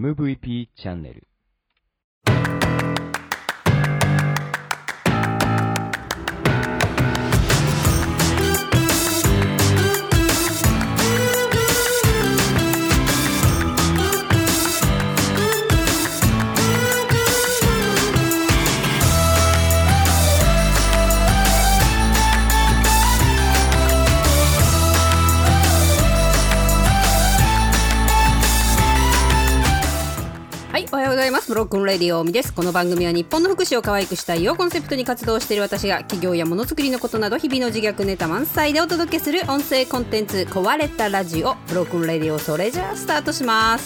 MVP チャンネル。 おはようございます。ブロックンレディオミです。この番組は日本の福祉を可愛くしたいをコンセプトに活動している私が企業やものづくりのことなど日々の自虐ネタ満載でお届けする音声コンテンツ壊れたラジオブロックンレディオ。それじゃあスタートします。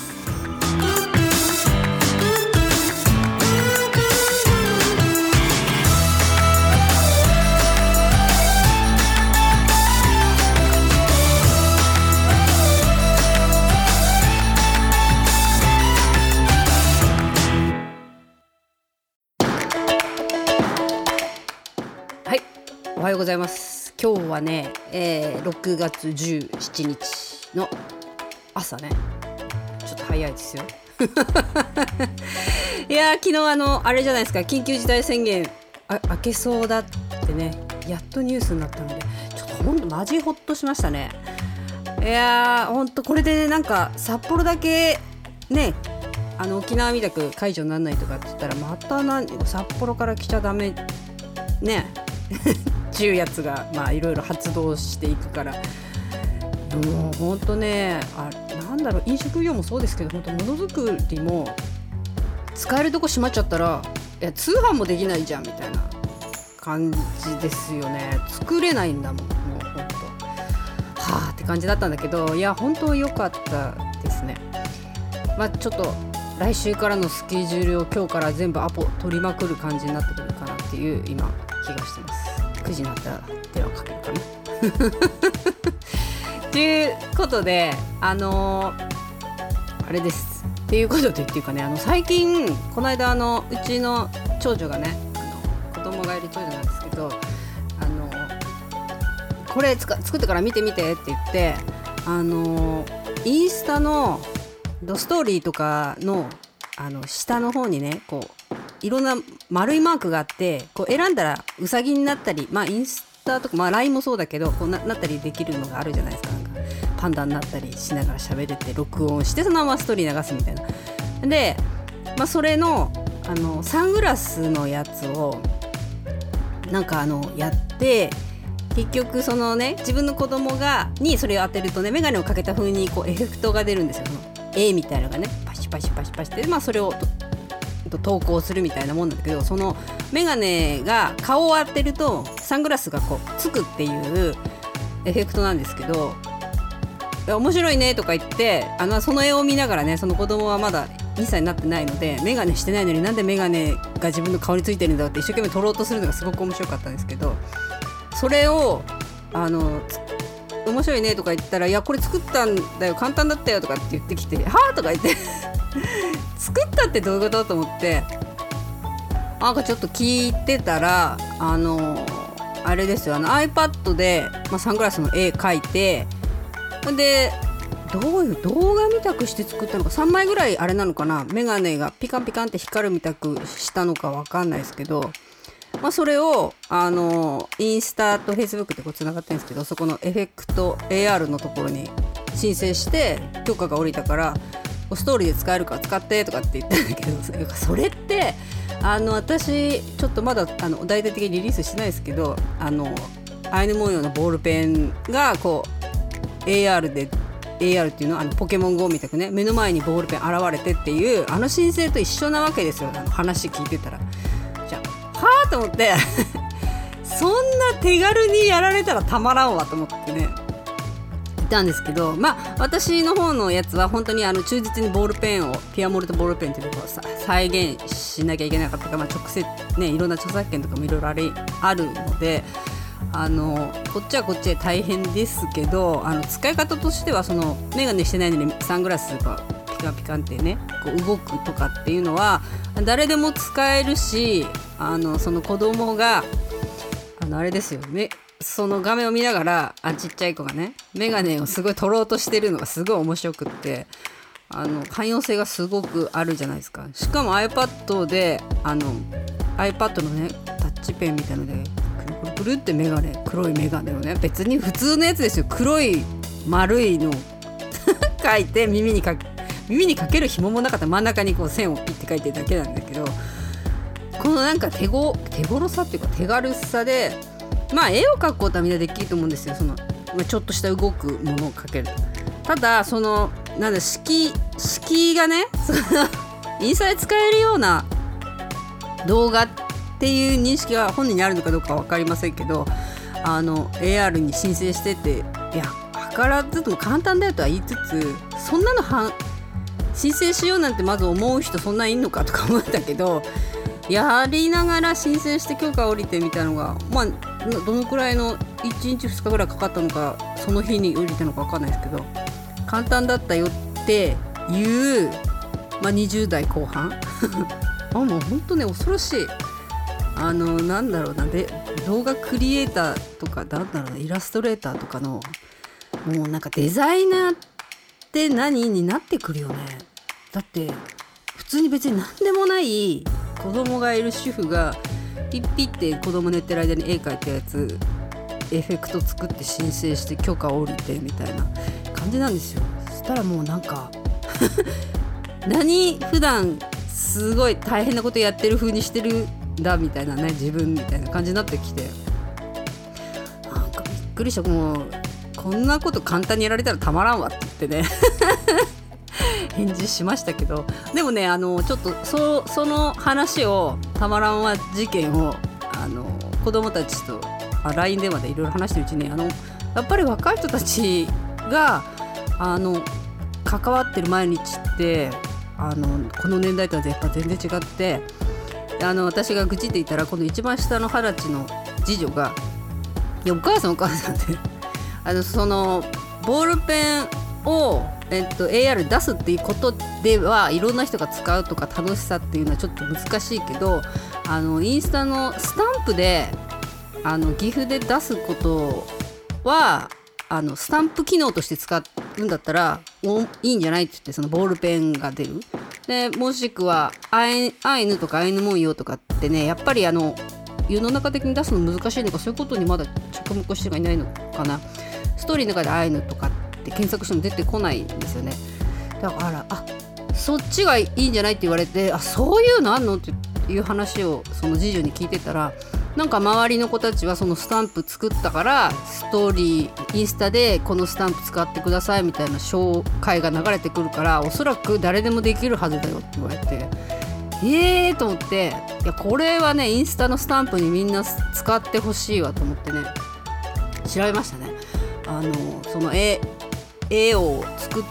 おはようございます。今日はね、6月17日の朝ね。ちょっと早いですよいや昨日あれじゃないですか、緊急事態宣言明けそうだってね、やっとニュースになったのでちょっとほんとマジホッとしましたね。いやほんとこれでなんか札幌だけね、沖縄みたく解除にならないとかって言ったらまた札幌から来ちゃダメねっていうやつがいろいろ発動していくから、もうほんとね、なんだろう、飲食業もそうですけど、ほんとものづくりも使えるとこ閉まっちゃったら、いや通販もできないじゃんみたいな感じですよね。作れないんだもん、もうほんとはあって感じだったんだけど、いや本当良かったですね。ちょっと来週からのスケジュールを今日から全部アポ取りまくる感じになってくるかなっていう今気がしてます。9時になったら電話かけるかなということであれですっていうことでっていうかね、最近この間うちの長女がね、子供がいる長女なんですけど、これ作ってから見てみてって言って、インスタのストーリーとかの下の方にね、こういろんな丸いマークがあって、こう選んだらウサギになったり、インスタとか、LINE もそうだけどこう なったりできるのがあるじゃないですか。なんかパンダになったりしながら喋れて録音してそのままストーリー流すみたいな。で、それのサングラスのやつをなんかやって、結局そのね、自分の子供にそれを当てるとね、メガネをかけた風にこうエフェクトが出るんですよ。絵みたいなのがね、パシパシパシパシって、それを投稿するみたいなもんなんだけど、そのメガネが顔を当てるとサングラスがこうつくっていうエフェクトなんですけど、面白いねとか言って、その絵を見ながらね、その子供はまだ2歳になってないので、メガネしてないのになんでメガネが自分の顔についてるんだって一生懸命撮ろうとするのがすごく面白かったんですけど、それを面白いねとか言ったら、いやこれ作ったんだよ、簡単だったよとかって言ってきて、はぁとか言って作ったってどういうことと思って、なんかちょっと聞いてたら、あれですよ、iPad で、サングラスの絵描いて、でどういう動画みたくして作ったのか、3枚ぐらいあれなのかな、メガネがピカンピカンって光るみたくしたのかわかんないですけど、それをインスタと Facebook でこうつながってるんですけど、そこのエフェクト AR のところに申請して許可が下りたから、ストーリーで使えるから使ってとかって言ったんだけど、それって私ちょっとまだ大々的にリリースしてないですけど、アイヌ文様のボールペンがこう AR っていうのはポケモン GO みたくね、目の前にボールペン現れてっていう申請と一緒なわけですよ。話聞いてたら、じゃあはぁと思ってそんな手軽にやられたらたまらんわと思ってねいたんですけど、私の方のやつは本当に忠実にボールペンをピュアモルトボールペンっていうのを再現しなきゃいけなかったから、直接ね、いろんな著作権とかもいろいろあるので、こっちはこっちで大変ですけど、使い方としてはそのメガネしてないのにサングラスがピカピカってねこう動くとかっていうのは誰でも使えるし、その子供があれですよね、その画面を見ながらちっちゃい子がねメガネをすごい取ろうとしてるのがすごい面白くって、 汎用性がすごくあるじゃないですか。しかも iPad でiPad のねタッチペンみたいのでくるくるくるってメガネ、黒いメガネをね、別に普通のやつですよ、黒い丸いの書いて耳にかける紐もなかった真ん中にこう線をピッて書いてるだけなんだけど、このなんか手頃さっていうか手軽さで、まあ絵を描くことはみんなできると思うんですよ。ちょっとした動くものを描ける。ただなんだ敷居がね、インスタで使えるような動画っていう認識が本人にあるのかどうかは分かりませんけど、AR に申請してて、いや図らずとも簡単だよとは言いつつ、そんなの申請しようなんてまず思う人そんないんのかとか思ったけど、やりながら申請して許可を下りてみたいのが、まあどのくらいの1日2日ぐらいかかったのか、その日に降りたのか分かんないですけど、簡単だったよっていう、20代後半もう本当ね恐ろしい。なんだろうな、で動画クリエイターとかなんだろうな、イラストレーターとかのもうなんかデザイナーって何になってくるよね。だって普通に別に何でもない子供がいる主婦がピッピッて子供寝てる間に絵描いたやつエフェクト作って申請して許可を下りてみたいな感じなんですよ。そしたらもうなんか普段すごい大変なことやってる風にしてるんだみたいなね、自分みたいな感じになってきて、なんかびっくりした。もうこんなこと簡単にやられたらたまらんわって言ってね返事しましたけど、でもねちょっとその話をたまらんわ事件を子供たちとLINE 電話でいろいろ話してるうちにやっぱり若い人たちが関わってる毎日ってこの年代とはやっぱ全然違って、私が愚痴っていたら、この一番下の20歳の次女が、いやお母さんってそのボールペンを、AR 出すっていうことではいろんな人が使うとか楽しさっていうのはちょっと難しいけど、インスタのスタンプでギフで出すことはスタンプ機能として使うんだったらいいんじゃないって言って、そのボールペンが出る。でもしくはアイヌとかアイヌ文様とかってね、やっぱり世の中的に出すの難しいのか、そういうことにまだ着目していないのかな。ストーリーの中でアイヌとかって検索しても出てこないんですよね。だからそっちがいいんじゃないって言われて、そういうのあんのっていう話をその次女に聞いてたら、なんか周りの子たちはそのスタンプ作ったからストーリーインスタでこのスタンプ使ってくださいみたいな紹介が流れてくるから、おそらく誰でもできるはずだよって言われて、と思って、いやこれはねインスタのスタンプにみんな使ってほしいわと思ってね調べましたね。その絵を作って、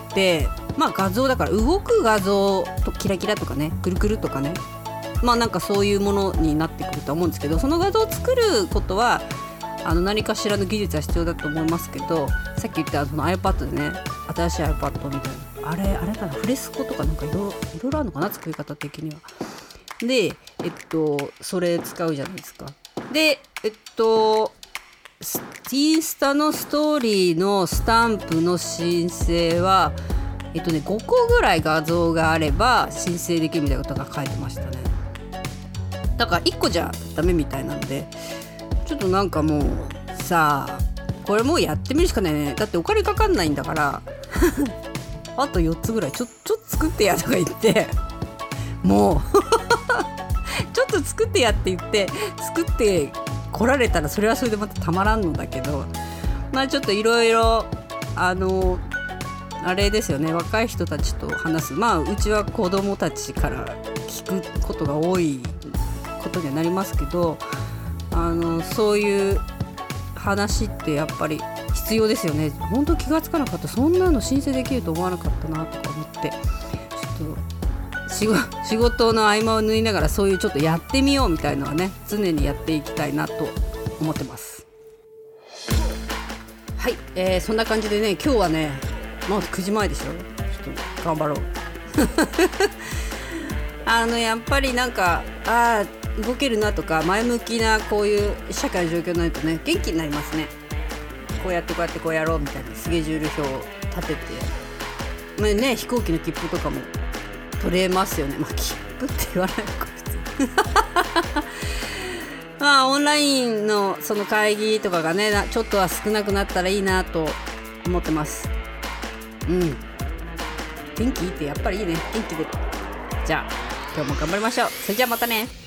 画像だから動く画像とキラキラとかね、くるくるとかね、なんかそういうものになってくると思うんですけど、その画像を作ることは何かしらの技術は必要だと思いますけど、さっき言ったその iPad でね、新しい iPad みたいなあれかな、フレスコとかなんかいろいろあるのかな、作り方的には。でそれ使うじゃないですか。でインスタのストーリーのスタンプの申請は5個ぐらい画像があれば申請できるみたいなことが書いてましたね。だから1個じゃダメみたいなので、ちょっとなんかもうさこれもうやってみるしかないね。だってお金かかんないんだからあと4つぐらいちょっと作ってやとか言ってもうちょっと作ってやって言って作って来られたらそれはそれでまたたまらんのだけど、ちょっといろいろあれですよね、若い人たちと話す、うちは子供たちから聞くことが多いことにはなりますけど、そういう話ってやっぱり必要ですよね。本当気がつかなかった、そんなの申請できると思わなかったなとか思って、ちょっと仕事の合間を縫いながらそういうちょっとやってみようみたいなのはね、常にやっていきたいなと思ってます。はい、そんな感じでね、今日はね9時前でしょ、ちょっと頑張ろうやっぱりなんか動けるなとか前向きなこういう社会の状況になるとね元気になりますね。こうやってこうやろうみたいなスケジュール表を立ててね、飛行機の切符とかも取れますよね。切符って言わないのか普通オンラインのその会議とかがねちょっとは少なくなったらいいなと思ってます。天気いいってやっぱりいいね。元気出る。じゃあ今日も頑張りましょう。それじゃあまたね。